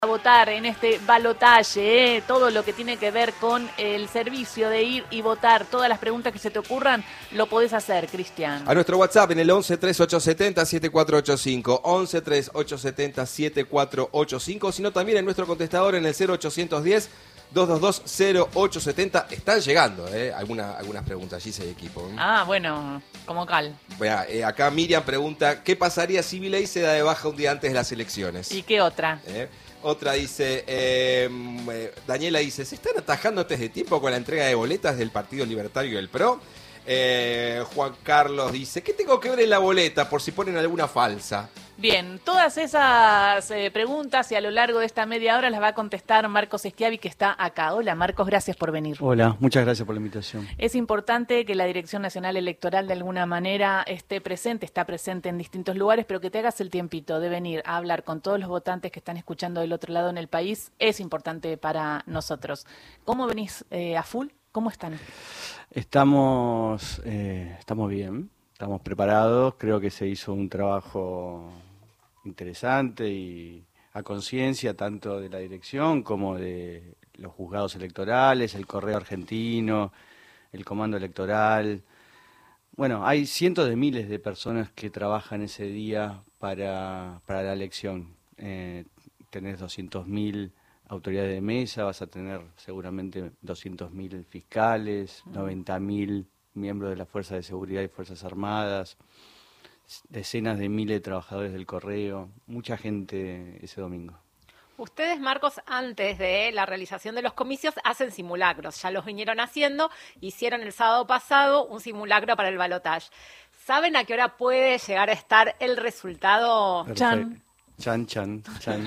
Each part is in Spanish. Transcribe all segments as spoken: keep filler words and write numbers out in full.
A votar en este balotaje, ¿eh? Todo lo que tiene que ver con el servicio de ir y votar, todas las preguntas que se te ocurran, lo podés hacer, Cristian. A nuestro WhatsApp en el once tres ocho siete cero siete cuatro ocho cinco, once tres ocho siete cero siete cuatro ocho cinco, sino también en nuestro contestador en el cero ochocientos diez, doscientos veintidós, cero ochocientos setenta. Están llegando eh, alguna, algunas preguntas, Gise y equipo. ¿eh? Ah, bueno, como cal. Bueno, eh, acá Miriam pregunta, ¿qué pasaría si Milei se da de baja un día antes de las elecciones? ¿Y qué otra? ¿Eh? Otra dice, eh, eh, Daniela dice, ¿se están atajando antes de tiempo con la entrega de boletas del Partido Libertario y del P R O? Eh, Juan Carlos dice, ¿qué tengo que ver en la boleta por si ponen alguna falsa? Bien, todas esas eh, preguntas y a lo largo de esta media hora las va a contestar Marcos Schiavi, que está acá. Hola Marcos, gracias por venir. Hola, muchas gracias por la invitación. Es importante que la Dirección Nacional Electoral de alguna manera esté presente, está presente en distintos lugares, pero que te hagas el tiempito de venir a hablar con todos los votantes que están escuchando del otro lado en el país, es importante para nosotros. ¿Cómo venís eh, a full? ¿Cómo están? Estamos, eh, estamos bien, estamos preparados, creo que se hizo un trabajo interesante y a conciencia tanto de la dirección como de los juzgados electorales, el correo argentino, el comando electoral. Bueno, hay cientos de miles de personas que trabajan ese día para, para la elección. Eh, tenés doscientos mil autoridades de mesa, vas a tener seguramente doscientos mil fiscales, noventa mil miembros de las Fuerzas de Seguridad y Fuerzas Armadas, decenas de miles de trabajadores del correo, mucha gente ese domingo. Ustedes, Marcos, antes de la realización de los comicios, hacen simulacros. Ya los vinieron haciendo, hicieron el sábado pasado un simulacro para el balotaje. ¿Saben a qué hora puede llegar a estar el resultado? Chan. Chan, chan, chan.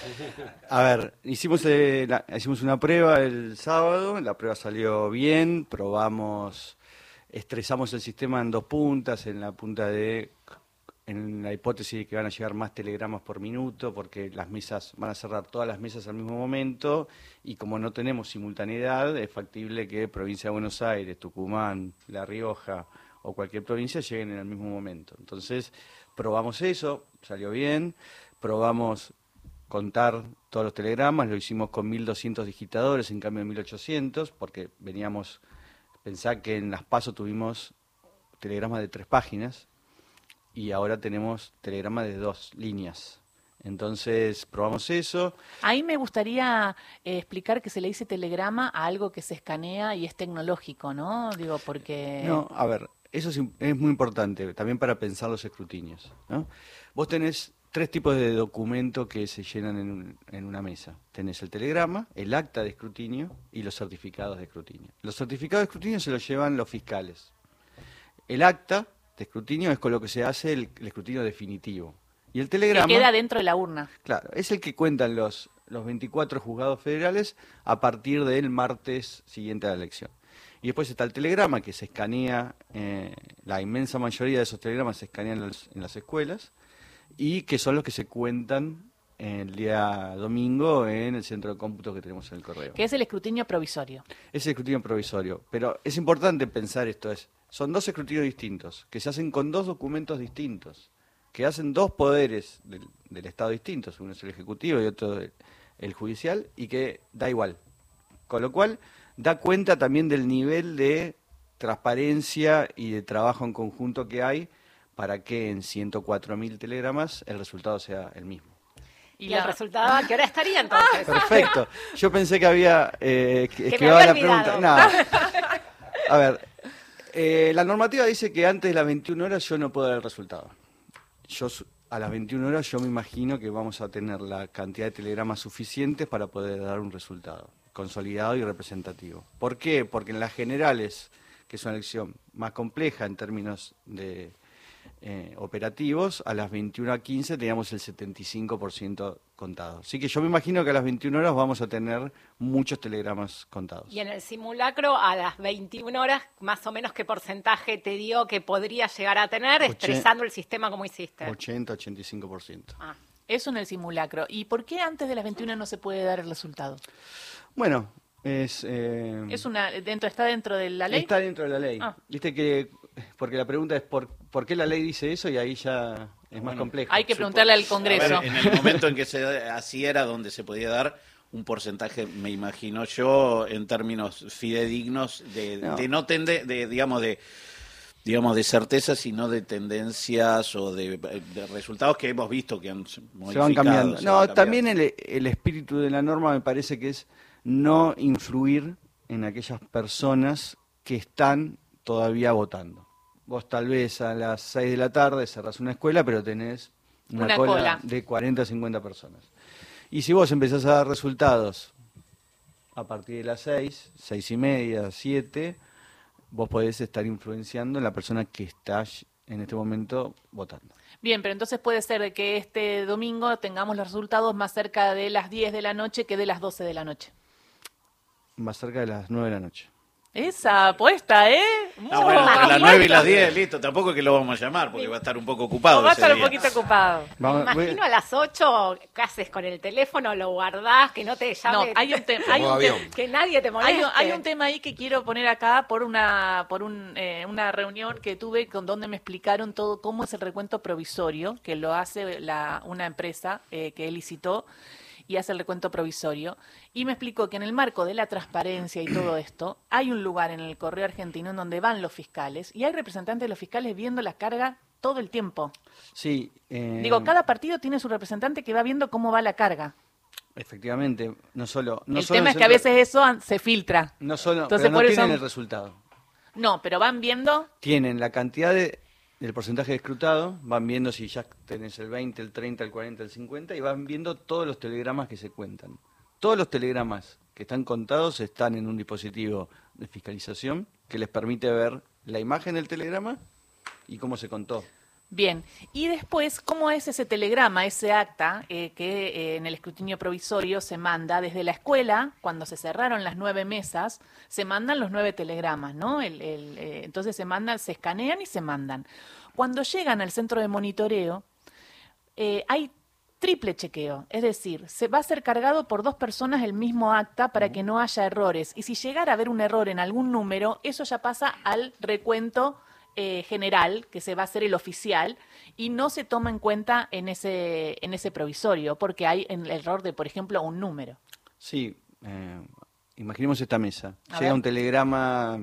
A ver, hicimos, eh, la, hicimos una prueba el sábado, la prueba salió bien, probamos, estresamos el sistema en dos puntas, en la punta de, en la hipótesis de que van a llegar más telegramas por minuto, porque las mesas, van a cerrar todas las mesas al mismo momento, y como no tenemos simultaneidad, es factible que provincia de Buenos Aires, Tucumán, La Rioja o cualquier provincia lleguen en el mismo momento. Entonces, probamos eso, salió bien. Probamos contar todos los telegramas, lo hicimos con mil doscientos digitadores en cambio de mil ochocientos, porque veníamos, pensá que en las PASO tuvimos telegramas de tres páginas y ahora tenemos telegramas de dos líneas. Entonces probamos eso. Ahí me gustaría eh, explicar que se le dice telegrama a algo que se escanea y es tecnológico, ¿no? Digo, porque... No, a ver, eso es, es muy importante, también para pensar los escrutinios, ¿no? Vos tenés tres tipos de documentos que se llenan en, un, en una mesa. Tenés el telegrama, el acta de escrutinio y los certificados de escrutinio. Los certificados de escrutinio se los llevan los fiscales. El acta de escrutinio es con lo que se hace el, el escrutinio definitivo. Y el telegrama... Que queda dentro de la urna. Claro, es el que cuentan los, los veinticuatro juzgados federales a partir del martes siguiente a la elección. Y después está el telegrama, que se escanea, eh, la inmensa mayoría de esos telegramas se escanean en, los, en las escuelas, y que son los que se cuentan el día domingo en el centro de cómputo que tenemos en el correo. Que es el escrutinio provisorio. Es el escrutinio provisorio, pero es importante pensar esto, es, son dos escrutinios distintos, que se hacen con dos documentos distintos, que hacen dos poderes del, del Estado distintos, uno es el Ejecutivo y otro el, el Judicial, y que da igual. Con lo cual, da cuenta también del nivel de transparencia y de trabajo en conjunto que hay para que en ciento cuatro mil telegramas el resultado sea el mismo. ¿Y, ¿Y la... el resultado a qué hora estaría entonces? Perfecto. Yo pensé que había eh, que, que esquivado la olvidado. pregunta. No. A ver, eh, la normativa dice que antes de las veintiuna horas yo no puedo dar el resultado. Yo a las veintiuna horas yo me imagino que vamos a tener la cantidad de telegramas suficientes para poder dar un resultado consolidado y representativo. ¿Por qué? Porque en las generales, que es una elección más compleja en términos de Eh, operativos, a las veintiuna quince teníamos el setenta y cinco por ciento contado. Así que yo me imagino que a las veintiuna horas vamos a tener muchos telegramas contados. Y en el simulacro, a las veintiuna horas, más o menos, ¿qué porcentaje te dio que podría llegar a tener, estresando el sistema como hiciste? ochenta, ochenta y cinco por ciento. Ah, eso en el simulacro. ¿Y por qué antes de las veintiuna no se puede dar el resultado? Bueno, es... Eh, es una dentro ¿Está dentro de la ley? Está dentro de la ley. Ah. Viste que... Porque la pregunta es por, por qué la ley dice eso y ahí ya es más Bueno, complejo. Hay que preguntarle al Congreso. A ver, en el momento en que se así era donde se podía dar un porcentaje, me imagino yo, en términos fidedignos, de No. de no tende, de, digamos, de digamos de certeza, sino de tendencias o de, de resultados que hemos visto que han Se van modificado. cambiando. se No, van cambiando. también el, el espíritu de la norma me parece que es no influir en aquellas personas que están todavía votando. Vos tal vez a las seis de la tarde cerrás una escuela, pero tenés una, Una cola, cola. de cuarenta a cincuenta personas. Y si vos empezás a dar resultados a partir de las seis, seis y media, siete, vos podés estar influenciando en la persona que está en este momento votando. Bien, pero entonces puede ser de que este domingo tengamos los resultados más cerca de las diez de la noche que de las doce de la noche. Más cerca de las nueve de la noche. Esa apuesta, ¿eh? No, bueno, Muy entre las buena. nueve y las diez, listo. Tampoco es que lo vamos a llamar, porque va a estar un poco ocupado. O va a ese estar un día. poquito ocupado. Me Vamos, voy- imagino a las ocho, ¿qué haces con el teléfono? ¿Lo guardás? Que no te No, llame. hay un, te- hay Modo un te- avión. Que nadie te moleste. Hay un, hay un tema ahí que quiero poner acá por una por un, eh, una reunión que tuve con donde me explicaron todo cómo es el recuento provisorio, que lo hace la, una empresa eh, que él licitó y hace el recuento provisorio. Y me explicó que en el marco de la transparencia y todo esto, hay un lugar en el Correo Argentino en donde van los fiscales y hay representantes de los fiscales viendo la carga todo el tiempo. Sí. eh, Digo, cada partido tiene su representante que va viendo cómo va la carga. Efectivamente, no solo... No el solo tema en es que a centro- veces eso an- se filtra. No solo, Entonces, pero no por eso- tienen el resultado. No, pero van viendo. Tienen la cantidad de, del porcentaje de escrutado, van viendo si ya tenés el veinte, el treinta, el cuarenta, el cincuenta, y van viendo todos los telegramas que se cuentan. Todos los telegramas que están contados están en un dispositivo de fiscalización que les permite ver la imagen del telegrama y cómo se contó. Bien, y después, ¿cómo es ese telegrama, ese acta eh, que eh, en el escrutinio provisorio se manda desde la escuela, cuando se cerraron las nueve mesas, se mandan los nueve telegramas, ¿no? El, el, eh, entonces se mandan, se escanean y se mandan. Cuando llegan al centro de monitoreo, eh, hay triple chequeo, es decir, se va a ser cargado por dos personas el mismo acta para que no haya errores. Y si llegara a haber un error en algún número, eso ya pasa al recuento Eh, general, que se va a hacer el oficial, y no se toma en cuenta en ese en ese provisorio, porque hay el error de, por ejemplo, un número. Sí, eh, imaginemos esta mesa. A Llega ver. un telegrama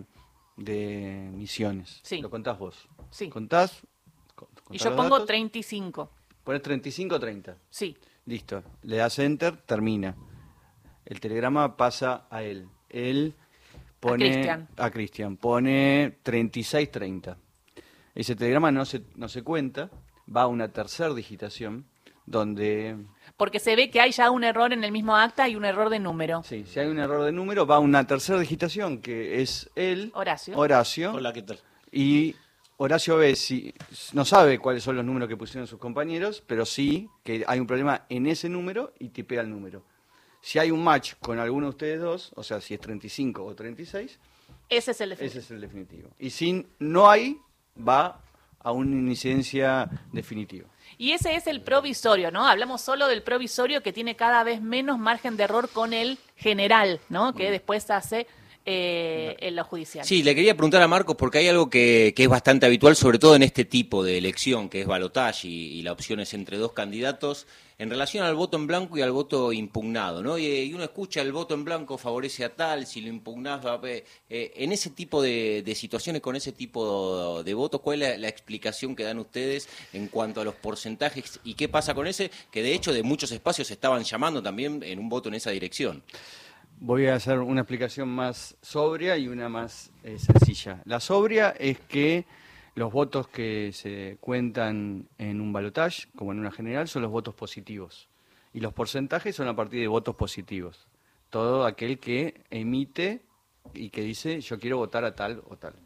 de Misiones. Sí. Lo contás vos. Sí. Contás. co- Y contás yo los pongo datos, treinta y cinco. Ponés treinta y cinco o treinta. Sí. Listo. Le das enter, termina. El telegrama pasa a él. Él pone Cristian. a Cristian. Pone treinta y seis treinta. Ese telegrama no se, no se cuenta, va a una tercera digitación donde, Porque se ve que hay ya un error en el mismo acta y un error de número. sí, si hay un error de número, va a una tercera digitación que es él, Horacio. Horacio, Hola, ¿qué tal? y Horacio ve si no sabe cuáles son los números que pusieron sus compañeros, pero sí que hay un problema en ese número y tipea el número. Si hay un match con alguno de ustedes dos, o sea, si es treinta y cinco o treinta y seis, Ese es el definitivo. ese es el definitivo. Y si no hay, va a una incidencia definitiva. Y ese es el provisorio, ¿no? Hablamos solo del provisorio que tiene cada vez menos margen de error con el general, ¿no? Que después hace eh, en lo judicial. Sí, le quería preguntar a Marcos porque hay algo que, que es bastante habitual, sobre todo en este tipo de elección, que es balotaje y, y la opción es entre dos candidatos, en relación al voto en blanco y al voto impugnado, ¿no? Y, y uno escucha el voto en blanco favorece a tal, si lo impugnás va a... Eh, en ese tipo de, de situaciones, con ese tipo de votos, ¿cuál es la, la explicación que dan ustedes en cuanto a los porcentajes y qué pasa con ese, que de hecho de muchos espacios se estaban llamando también en un voto en esa dirección? Voy a hacer una explicación más sobria y una más eh, sencilla. La sobria es que los votos que se cuentan en un balotaje, como en una general, son los votos positivos. Y los porcentajes son a partir de votos positivos. Todo aquel que emite y que dice yo quiero votar a tal o tal.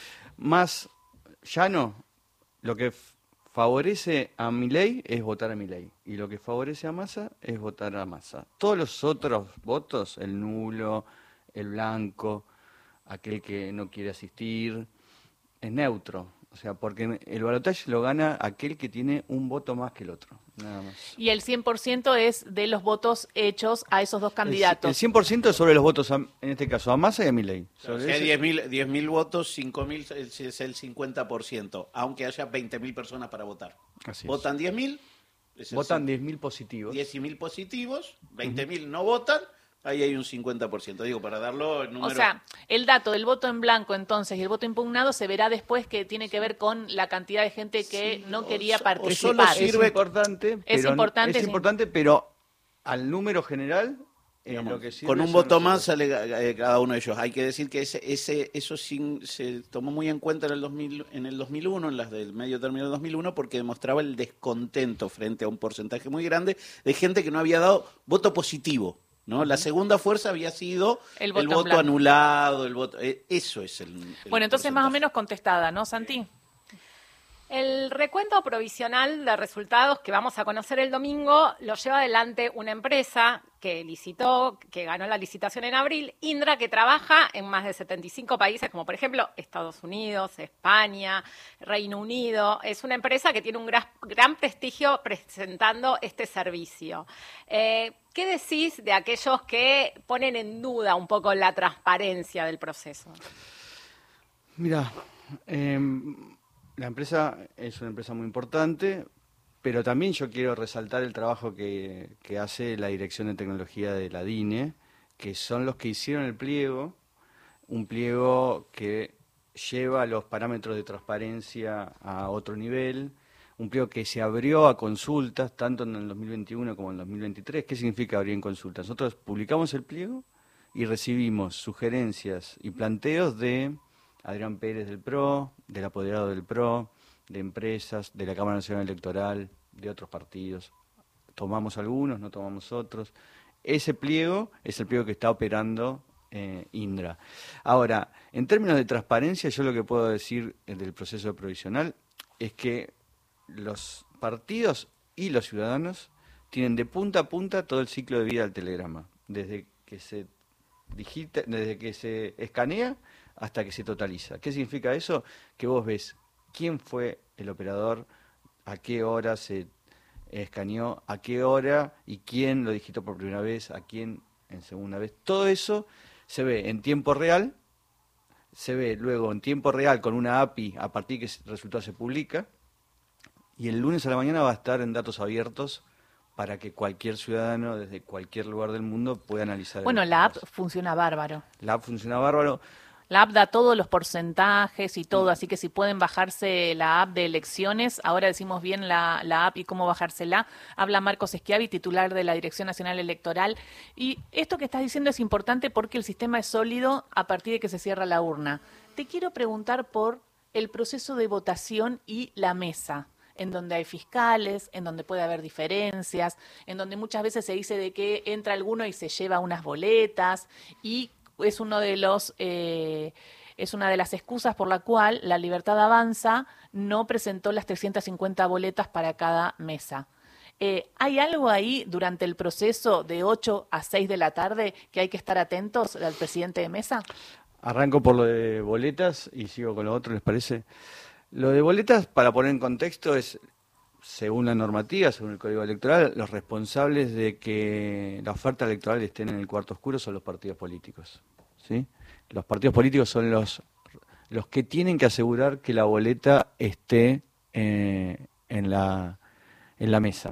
Más llano, lo que f- favorece a Milei es votar a Milei. Y lo que favorece a Massa es votar a Massa. Todos los otros votos, el nulo, el blanco, aquel que no quiere asistir, es neutro. O sea, porque el balotaje lo gana aquel que tiene un voto más que el otro. nada más. Y el cien por ciento es de los votos hechos a esos dos candidatos. El cien por ciento es sobre los votos, a, en este caso, a Massa y a Milei. O sea, diez mil votos, cinco mil es el cincuenta por ciento, aunque haya veinte mil personas para votar. Así es. Votan diez mil. Votan diez mil positivos. diez mil positivos, veinte mil uh-huh. no votan. Ahí hay un cincuenta por ciento, digo, para darlo el número. O sea, el dato del voto en blanco, entonces, y el voto impugnado se verá después, que tiene que ver con la cantidad de gente que sí, no quería o, participar. O sirve... Es importante, es pero, importante, es sí. importante, pero al número general, digamos, lo que sirve con un voto más sale cada uno de ellos. Hay que decir que ese, ese eso sí, se tomó muy en cuenta en el, dos mil, en el dos mil uno, en las del medio término del dos mil uno, porque demostraba el descontento frente a un porcentaje muy grande de gente que no había dado voto positivo. ¿No? La segunda fuerza había sido el voto, el voto anulado, el voto, eso es el, el Bueno, entonces más o menos contestada, ¿no, Santi? El recuento provisional de resultados que vamos a conocer el domingo lo lleva adelante una empresa que licitó, que ganó la licitación en abril, Indra, que trabaja en más de setenta y cinco países, como por ejemplo Estados Unidos, España, Reino Unido. Es una empresa que tiene un gran, gran prestigio presentando este servicio. Eh, ¿Qué decís de aquellos que ponen en duda un poco la transparencia del proceso? Mira, eh, la empresa es una empresa muy importante, pero también yo quiero resaltar el trabajo que, que hace la Dirección de Tecnología de la D I N E, que son los que hicieron el pliego, un pliego que lleva los parámetros de transparencia a otro nivel, un pliego que se abrió a consultas, tanto en el dos mil veintiuno como en el dos mil veintitrés. ¿Qué significa abrir en consultas? Nosotros publicamos el pliego y recibimos sugerencias y planteos de Adrián Pérez del P R O, del apoderado del P R O, de empresas, de la Cámara Nacional Electoral, de otros partidos. Tomamos algunos, no tomamos otros. Ese pliego es el pliego que está operando eh, Indra. Ahora, en términos de transparencia, yo lo que puedo decir del proceso provisional es que los partidos y los ciudadanos tienen de punta a punta todo el ciclo de vida del telegrama, desde que se digita, desde que se escanea hasta que se totaliza. ¿Qué significa eso? Que vos ves quién fue el operador, a qué hora se escaneó, a qué hora y quién lo digitó por primera vez, a quién en segunda vez. Todo eso se ve en tiempo real, se ve luego en tiempo real con una A P I a partir que el resultado se publica, y el lunes a la mañana va a estar en datos abiertos para que cualquier ciudadano desde cualquier lugar del mundo pueda analizar. Bueno, la app funciona bárbaro. La app funciona bárbaro. La app da todos los porcentajes y todo, así que si pueden bajarse la app de elecciones, ahora decimos bien la, la app y cómo bajársela. Habla Marcos Schiavi, titular de la Dirección Nacional Electoral. Y esto que estás diciendo es importante porque el sistema es sólido a partir de que se cierra la urna. Te quiero preguntar por el proceso de votación y la mesa, en donde hay fiscales, en donde puede haber diferencias, en donde muchas veces se dice de que entra alguno y se lleva unas boletas, y es uno de los eh, es una de las excusas por la cual la Libertad Avanza no presentó las trescientas cincuenta boletas para cada mesa. Eh, ¿Hay algo ahí durante el proceso de ocho a seis de la tarde que hay que estar atentos al presidente de mesa? Arranco por lo de boletas y sigo con lo otro, ¿les parece? Lo de boletas, para poner en contexto, es, según la normativa, según el Código Electoral, los responsables de que la oferta electoral esté en el cuarto oscuro son los partidos políticos, ¿sí? Los partidos políticos son los, los que tienen que asegurar que la boleta esté eh, en, la, en la mesa.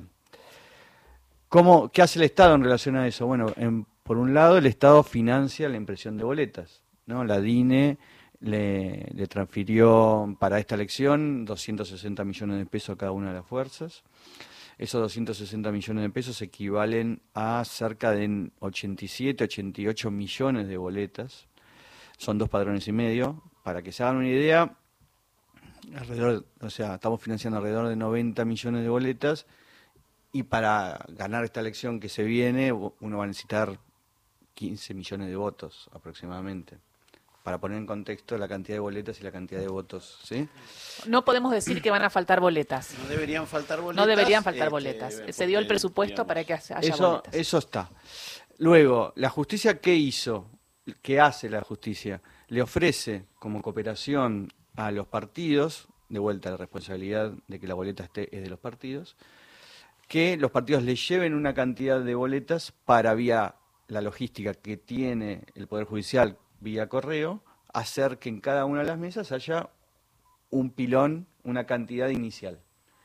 ¿Cómo, ¿Qué hace el Estado en relación a eso? Bueno, en, por un lado, el Estado financia la impresión de boletas, ¿no? La D I N E Le, le transfirió para esta elección doscientos sesenta millones de pesos a cada una de las fuerzas. Esos doscientos sesenta millones de pesos equivalen a cerca de ochenta y siete, ochenta y ocho millones de boletas. Son dos padrones y medio. Para que se hagan una idea, alrededor, o sea, estamos financiando alrededor de noventa millones de boletas, y para ganar esta elección que se viene, uno va a necesitar quince millones de votos aproximadamente, para poner en contexto la cantidad de boletas y la cantidad de votos, ¿sí? No podemos decir que van a faltar boletas. No deberían faltar boletas. No deberían faltar este, boletas. Se dio el presupuesto digamos, para que haya eso, boletas. Eso está. Luego, ¿la justicia qué hizo? ¿Qué hace la justicia? Le ofrece como cooperación a los partidos, de vuelta la responsabilidad de que la boleta esté es de los partidos, que los partidos le lleven una cantidad de boletas para, vía la logística que tiene el Poder Judicial vía correo, hacer que en cada una de las mesas haya un pilón, una cantidad inicial,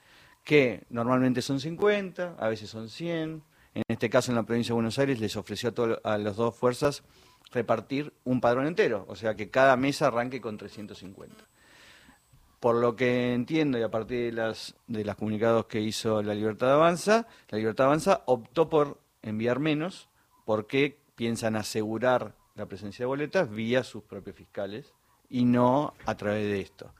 que normalmente son cincuenta, a veces son cien. En este caso, en la provincia de Buenos Aires, les ofreció a, todo, a las dos fuerzas repartir un padrón entero, o sea que cada mesa arranque con trescientos cincuenta. Por lo que entiendo, y a partir de las de los comunicados que hizo La Libertad Avanza, La Libertad Avanza optó por enviar menos, porque piensan asegurar la presencia de boletas vía sus propios fiscales y no a través de esto.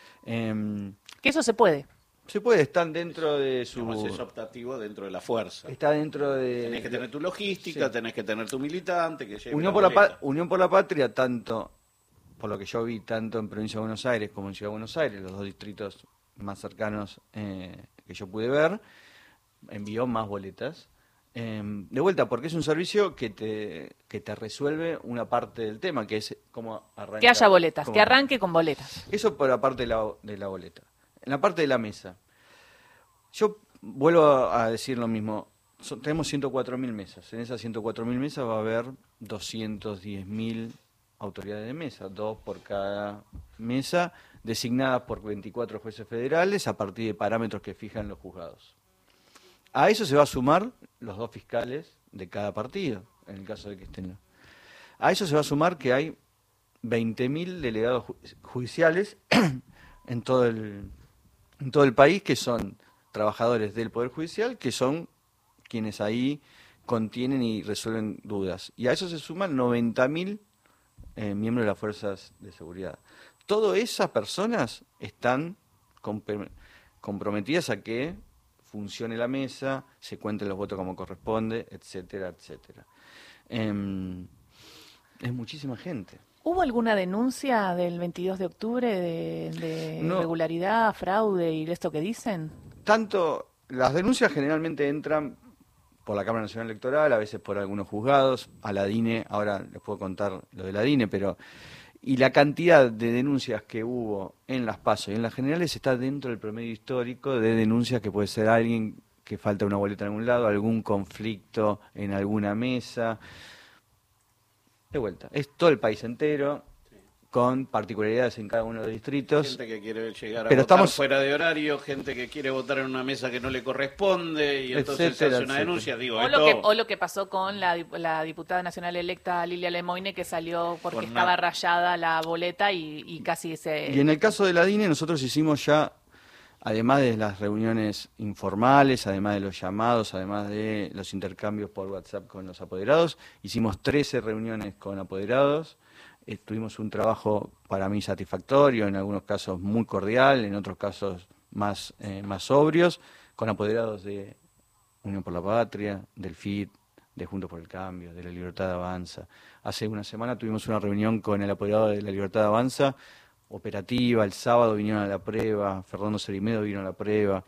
Eh, Que eso se puede. Se puede, están dentro de su... Digamos, es optativo dentro de la fuerza. Está dentro de... Tenés que tener tu logística, Sí. tenés que tener tu militante, que lleve Unión la por, la boleta. pa- Unión por la Patria, tanto, por lo que yo vi, tanto en Provincia de Buenos Aires como en Ciudad de Buenos Aires, los dos distritos más cercanos eh, que yo pude ver, envió más boletas. Eh, de vuelta, porque es un servicio que te, que te resuelve una parte del tema, que es cómo arrancar. Que haya boletas, cómo- que arranque con boletas. Eso por la parte de la, de la boleta. En la parte de la mesa, yo vuelvo a decir lo mismo. So- tenemos ciento cuatro mil mesas. En esas ciento cuatro mil mesas va a haber doscientos diez mil autoridades de mesa, dos por cada mesa, designadas por veinticuatro jueces federales a partir de parámetros que fijan los juzgados. A eso se va a sumar los dos fiscales de cada partido, en el caso de que estén. A eso se va a sumar que hay veinte mil delegados ju- judiciales en todo el en todo el país, que son trabajadores del Poder Judicial, que son quienes ahí contienen y resuelven dudas. Y a eso se suman noventa mil eh, miembros de las fuerzas de seguridad. Todas esas personas están compre- comprometidas a que funcione la mesa, se cuenten los votos como corresponde, etcétera, etcétera. Em, es muchísima gente. ¿Hubo alguna denuncia del veintidós de octubre de, de No. irregularidad, fraude y esto que dicen? Tanto las denuncias generalmente entran por la Cámara Nacional Electoral, a veces por algunos juzgados, a la DINE, ahora les puedo contar lo de la DINE, pero y la cantidad de denuncias que hubo en las PASO y en las generales está dentro del promedio histórico de denuncias que puede ser alguien que falta una boleta en algún lado, algún conflicto en alguna mesa. De vuelta, es todo el país entero, con particularidades en cada uno de los distritos. Gente que quiere llegar a Pero votar estamos- fuera de horario, gente que quiere votar en una mesa que no le corresponde y entonces Etcétera, hace una etcétera. denuncia. Digo, O lo, esto que, o lo que pasó con la, dip- la diputada nacional electa Lilia Lemoine, que salió porque Con estaba una- rayada la boleta y, y casi se... Y en el caso de la DINE, nosotros hicimos ya, además de las reuniones informales, además de los llamados, además de los intercambios por WhatsApp con los apoderados, hicimos trece reuniones con apoderados. Eh, tuvimos un trabajo para mí satisfactorio, en algunos casos muy cordial, en otros casos más, eh, más sobrios, con apoderados de Unión por la Patria, del F I T, de Juntos por el Cambio, de La Libertad Avanza. Hace una semana tuvimos una reunión con el apoderado de La Libertad Avanza, operativa, el sábado vinieron a la prueba, Fernando Cerimedo vino a la prueba.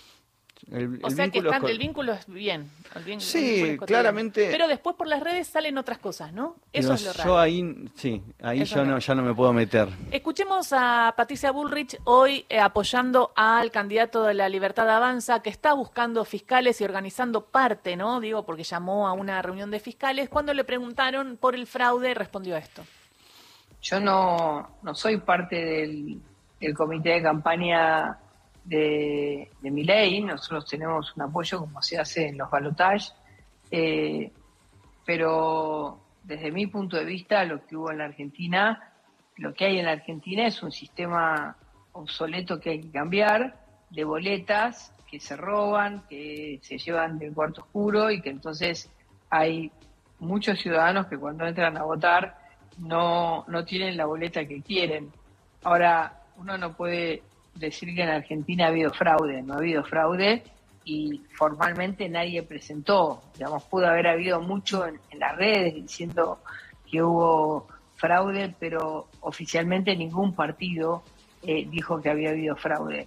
El, O el sea que vínculo están- es con- el vínculo es bien. el vin- el Sí, vínculo es cotidiano. claramente- Pero después por las redes salen otras cosas, ¿no? Eso Pero es lo yo raro. ahí, sí, ahí Eso yo no. no, ya no me puedo meter. Escuchemos a Patricia Bullrich hoy eh, apoyando al candidato de la Libertad Avanza, que está buscando fiscales y organizando parte, ¿no? Digo, porque llamó a una reunión de fiscales. Cuando le preguntaron por el fraude, respondió esto. Yo no, no soy parte del, del comité de campaña de, de Milei. Nosotros tenemos un apoyo como se hace en los balotajes, eh, pero desde mi punto de vista lo que hubo en la Argentina, lo que hay en la Argentina es un sistema obsoleto que hay que cambiar, de boletas que se roban, que se llevan del cuarto oscuro y que entonces hay muchos ciudadanos que cuando entran a votar no, no tienen la boleta que quieren. Ahora, uno no puede decir que en Argentina ha habido fraude, no ha habido fraude y formalmente nadie presentó, digamos, pudo haber habido mucho en, en las redes diciendo que hubo fraude, pero oficialmente ningún partido eh, dijo que había habido fraude.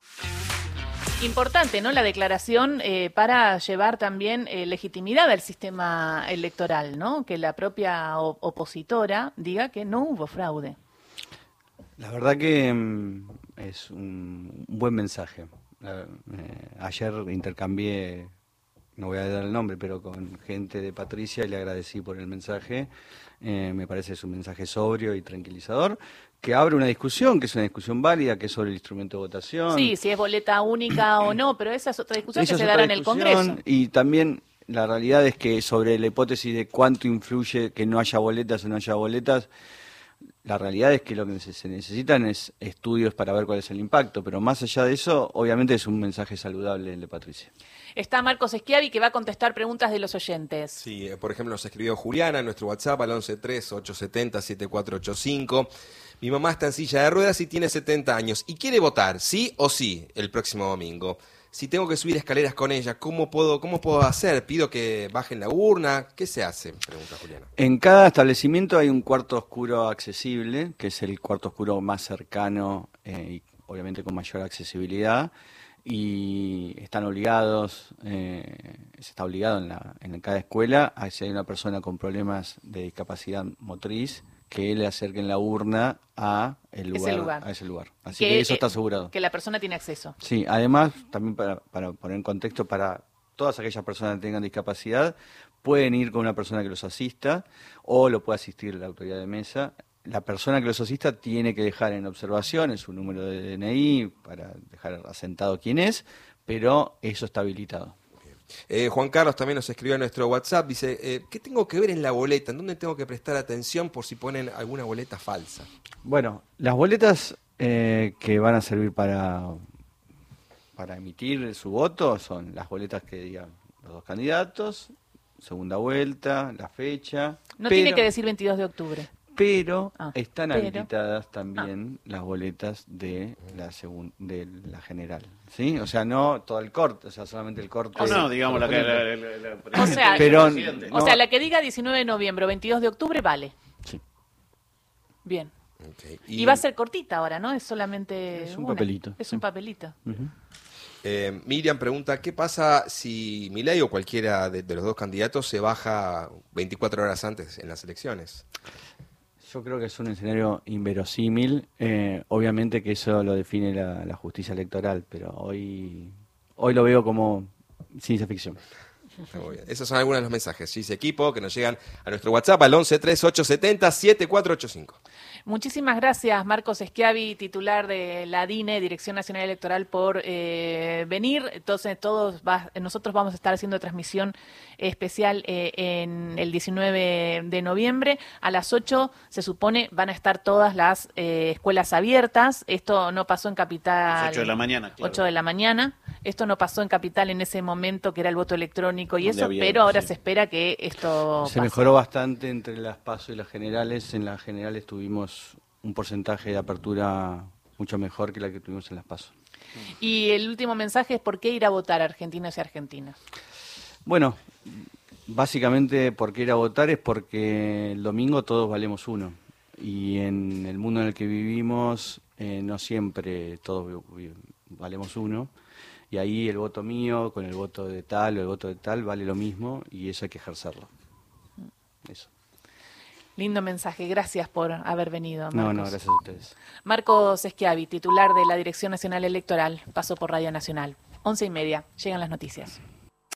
Importante, ¿no? La declaración eh, para llevar también eh, legitimidad al sistema electoral, ¿no? Que la propia o- opositora diga que no hubo fraude. La verdad que mm, es un buen mensaje. La- eh, ayer intercambié, no voy a dar el nombre, pero con gente de Patricia y le agradecí por el mensaje. Eh, me parece que es un mensaje sobrio y tranquilizador, que abre una discusión, que es una discusión válida, que es sobre el instrumento de votación. Sí, si es boleta única o no, pero esa es otra discusión Esa que es se otra dará en el discusión, Congreso. Y también la realidad es que sobre la hipótesis de cuánto influye que no haya boletas o no haya boletas, la realidad es que lo que se se necesitan es estudios para ver cuál es el impacto, pero más allá de eso, obviamente es un mensaje saludable el de Patricia. Está Marcos Schiavi que va a contestar preguntas de los oyentes. Sí, eh, por ejemplo, nos escribió Juliana en nuestro WhatsApp al once tres ocho siete cero siete cuatro ocho cinco. Mi mamá está en silla de ruedas y tiene setenta años y quiere votar, sí o sí, el próximo domingo. Si tengo que subir escaleras con ella, ¿cómo puedo, cómo puedo hacer? ¿Pido que bajen la urna? ¿Qué se hace? Pregunta Juliana. En cada establecimiento hay un cuarto oscuro accesible, que es el cuarto oscuro más cercano eh, y obviamente con mayor accesibilidad, y están obligados, eh, se está obligado en, la, en cada escuela a que si hay una persona con problemas de discapacidad motriz, que le acerquen la urna a el Ese lugar, lugar. a ese lugar. Así que, eso eh, está asegurado. Que la persona tiene acceso. Sí, además, también para, para poner en contexto, para todas aquellas personas que tengan discapacidad, pueden ir con una persona que los asista o lo puede asistir la autoridad de mesa. La persona que los asista tiene que dejar en observación su número de D N I para dejar asentado quién es, pero eso está habilitado. Eh, Juan Carlos también nos escribió a nuestro WhatsApp, dice, eh, ¿qué tengo que ver en la boleta? ¿En dónde tengo que prestar atención por si ponen alguna boleta falsa? Bueno, las boletas eh, que van a servir para, para emitir su voto son las boletas que digan los dos candidatos, segunda vuelta, la fecha. No pero, tiene que decir veintidós de octubre. Pero Ah, están pero. habilitadas también las boletas de la segun- de la general, ¿sí? O sea, no todo el corte, o sea, solamente el corte. O no, digamos, la que... correspondiente. la- la- la- O sea, Pero- presidente. O No. sea, la que diga diecinueve de noviembre o veintidós de octubre vale. Sí. Bien. Okay. Y, va a ser cortita ahora, ¿no? Es solamente Es un una. papelito, Es sí. un papelito. Ujú. Eh, Miriam pregunta, ¿qué pasa si Milei o cualquiera de, de los dos candidatos se baja veinticuatro horas antes en las elecciones? Yo creo que es un escenario inverosímil. Eh, obviamente que eso lo define la, la justicia electoral, pero hoy, hoy lo veo como ciencia ficción. Está muy bien. Esos son algunos de los mensajes, dice equipo, que nos llegan a nuestro WhatsApp al once tres ocho siete cero siete cuatro ocho cinco. Muchísimas gracias, Marcos Schiavi, titular de la D I N E, Dirección Nacional Electoral, por eh, venir. Entonces, todos va, nosotros vamos a estar haciendo transmisión especial eh, en el diecinueve de noviembre. A las ocho, se supone, van a estar todas las eh, escuelas abiertas. Esto no pasó en Capital. ocho de la mañana, claro. ocho de la mañana. Esto no pasó en Capital en ese momento, que era el voto electrónico y Donde eso, había- pero ahora sí. se espera que esto Se pase. mejoró bastante entre las PASO y las generales. En las generales tuvimos un porcentaje de apertura mucho mejor que la que tuvimos en las PASO. Y el último mensaje es: ¿por qué ir a votar, argentinos y argentinas? Bueno, básicamente por qué ir a votar es porque el domingo todos valemos uno. Y en el mundo en el que vivimos eh, no siempre todos vi- vi- valemos uno. Y ahí el voto mío con el voto de tal o el voto de tal vale lo mismo y eso hay que ejercerlo. Eso. Lindo mensaje, gracias por haber venido, Marcos. No, no, gracias a ustedes. Marcos Schiavi, titular de la Dirección Nacional Electoral, pasó por Radio Nacional. Once y media, llegan las noticias.